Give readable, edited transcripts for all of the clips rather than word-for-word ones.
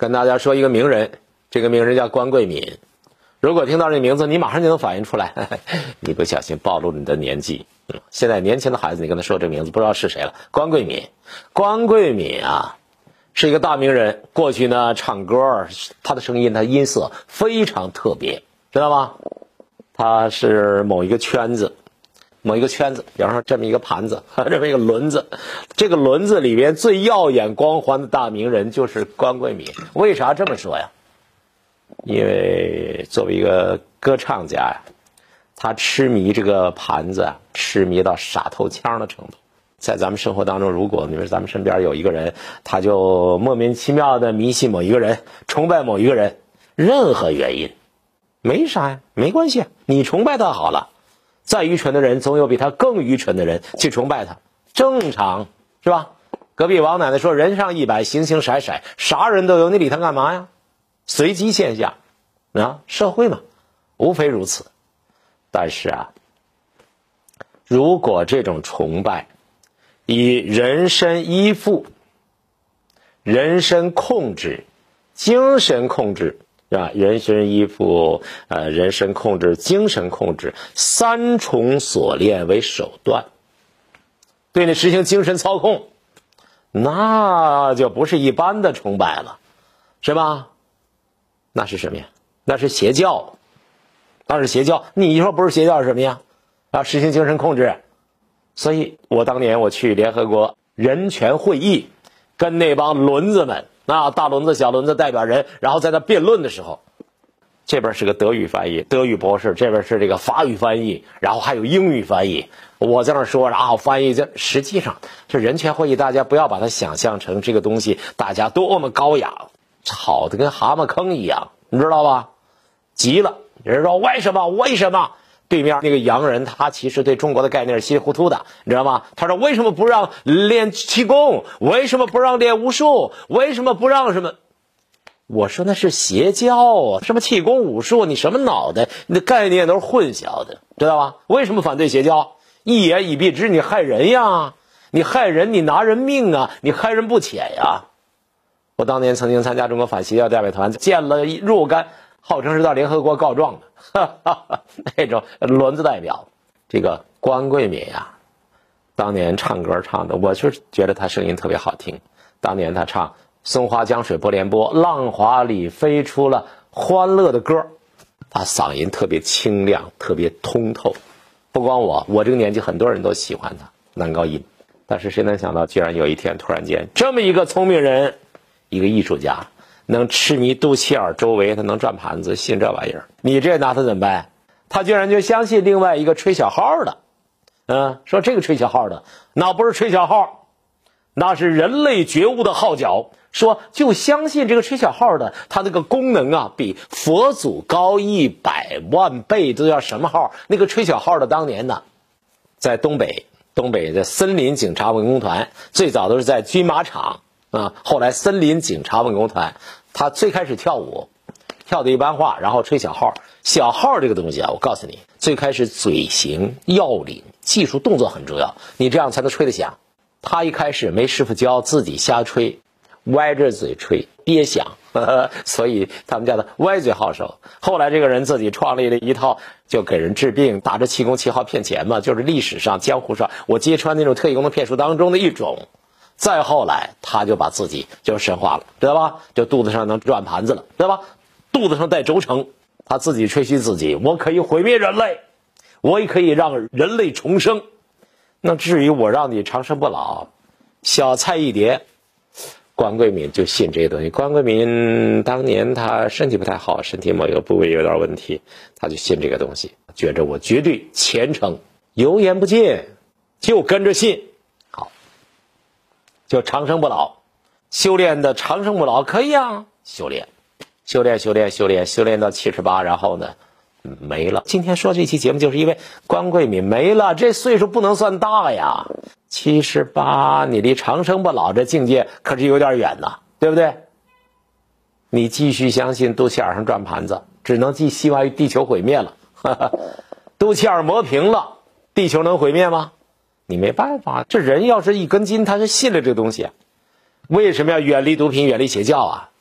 跟大家说一个名人，这个名人叫关贵敏。如果听到这名字，你马上就能反应出来，你不小心暴露了你的年纪。现在年轻的孩子，你跟他说这名字，不知道是谁了。关贵敏，关贵敏啊，是一个大名人。过去呢，唱歌，他的声音，他音色非常特别，知道吗？他是某一个圈子，比方说这么一个盘子，这么一个轮子，这个轮子里边最耀眼光环的大名人就是关贵敏。为啥这么说呀？因为作为一个歌唱家呀，他痴迷这个盘子啊，痴迷到傻透腔的程度。在咱们生活当中，如果你说咱们身边有一个人，他就莫名其妙的迷信某一个人，崇拜某一个人，任何原因没啥呀，没关系，你崇拜他好了。再愚蠢的人总有比他更愚蠢的人去崇拜他，正常是吧？隔壁王奶奶说人上100，形形色色，啥人都有，你理他干嘛呀？随机现象啊，社会嘛，无非如此。但是啊，如果这种崇拜以人身依附、人身控制、精神控制啊，人身依附、人身控制、精神控制3重锁链为手段，对你实行精神操控，那就不是一般的崇拜了，是吧？那是什么呀？那是邪教，那是邪教。你说不是邪教是什么呀？啊，实行精神控制。所以我当年我去联合国人权会议，跟那帮轮子们啊，大轮子小轮子代表人，然后在那辩论的时候，这边是个德语翻译，德语博士，这边是这个法语翻译，然后还有英语翻译，我在那说，然后翻译。这实际上这人权会议，大家不要把它想象成这个东西大家多么高雅，吵得跟蛤蟆坑一样，你知道吧？急了，人说为什么？对面那个洋人他其实对中国的概念是稀里糊涂的，你知道吗？他说为什么不让练气功？为什么不让练武术？为什么不让什么？我说那是邪教啊，什么气功武术，你什么脑袋？你的概念都是混淆的，知道吧？为什么反对邪教？一言以蔽之，你害人呀，你害人，你拿人命啊，你害人不浅呀。我当年曾经参加中国反邪教代表团，建了若干号称是到联合国告状的那种轮子代表。这个关贵敏呀，当年唱歌唱的，我就是觉得他声音特别好听。当年他唱松花江水波连波，浪华里飞出了欢乐的歌，他嗓音特别清亮，特别通透。不光我这个年纪很多人都喜欢他男高音。但是谁能想到，居然有一天突然间这么一个聪明人，一个艺术家，能痴迷肚脐眼周围，他能转盘子，信这玩意儿，你这拿他怎么办？他居然就相信另外一个吹小号的，说这个吹小号的那不是吹小号，那是人类觉悟的号角。说就相信这个吹小号的，他那个功能啊，比佛祖高100万倍。都叫什么号？那个吹小号的当年呢，在东北的森林警察文工团，最早都是在军马场啊，后来森林警察文工团，他最开始跳舞，跳的一般化，然后吹小号。小号这个东西啊，我告诉你，最开始嘴型、要领、技术动作很重要，你这样才能吹得响。他一开始没师傅教，自己瞎吹，歪着嘴吹，憋响，所以他们叫他歪嘴号手。后来这个人自己创立了一套，就给人治病，打着气功7号骗钱嘛，就是历史上江湖上我揭穿那种特异功能骗术当中的一种。再后来他就把自己就神化了，知道吧？就肚子上能转盘子了，知道吧？肚子上带轴承，他自己吹嘘自己，我可以毁灭人类，我也可以让人类重生。那至于我让你长生不老，小菜一碟。关贵敏就信这些东西。关贵敏当年他身体不太好，身体某一个部位有点问题，他就信这个东西，觉着我绝对虔诚，油盐不进，就跟着信。好，就长生不老，修炼的长生不老可以啊，修炼到78，然后呢没了。今天说这期节目就是因为关贵敏没了，这岁数不能算大呀，78，你离长生不老这境界可是有点远呐，对不对？你继续相信肚脐眼上转盘子，只能寄希望于地球毁灭了。肚脐眼磨平了，地球能毁灭吗？你没办法，这人要是一根筋，他是信了这个东西。为什么要远离毒品，远离邪教啊？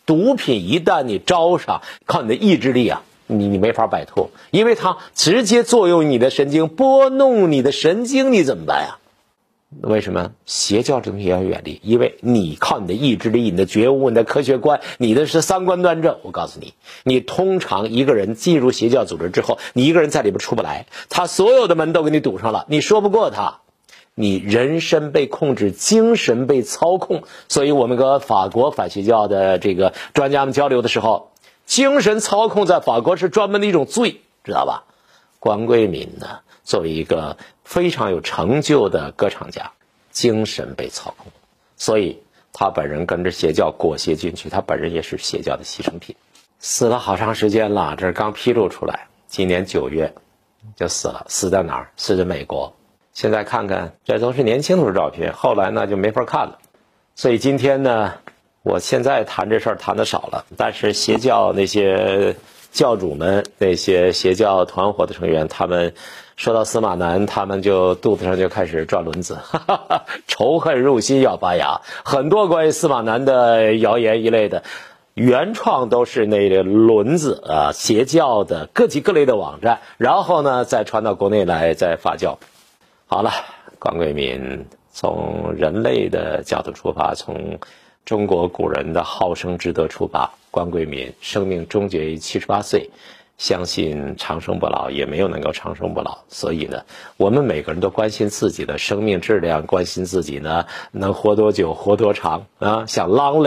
毒品一旦你招上，靠你的意志力啊，你没法摆脱，因为它直接作用你的神经，拨弄你的神经，你怎么办呀？为什么邪教这东西要远离？因为你靠你的意志力、你的觉悟、你的科学观，你的是三观端正。我告诉你，你通常一个人进入邪教组织之后，你一个人在里边出不来，他所有的门都给你堵上了，你说不过他，你人身被控制，精神被操控。所以我们跟法国反邪教的这个专家们交流的时候，精神操控在法国是专门的一种罪，知道吧？关桂敏呢，作为一个非常有成就的歌唱家，精神被操控，所以他本人跟着邪教裹挟进去，他本人也是邪教的牺牲品，死了好长时间了，这刚披露出来，今年9月就死了。死在哪儿？死在美国。现在看看，这都是年轻的照片，后来呢就没法看了。所以今天呢，我现在谈这事儿谈得少了，但是邪教那些教主们，那些邪教团伙的成员，他们说到司马南，他们就肚子上就开始转轮子，仇恨入心要发芽。很多关于司马南的谣言一类的原创都是那个轮子啊，邪教的各级各类的网站，然后呢再传到国内来再发酵。好了，关桂敏从人类的角度出发，从中国古人的好生之德出发，关桂敏生命终结于78岁，相信长生不老也没有能够长生不老。所以呢，我们每个人都关心自己的生命质量，关心自己呢能活多久活多长啊。想 long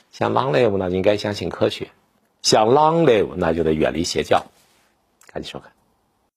live 呢，应该相信科学，想 long live 那就得远离邪教。赶紧收看。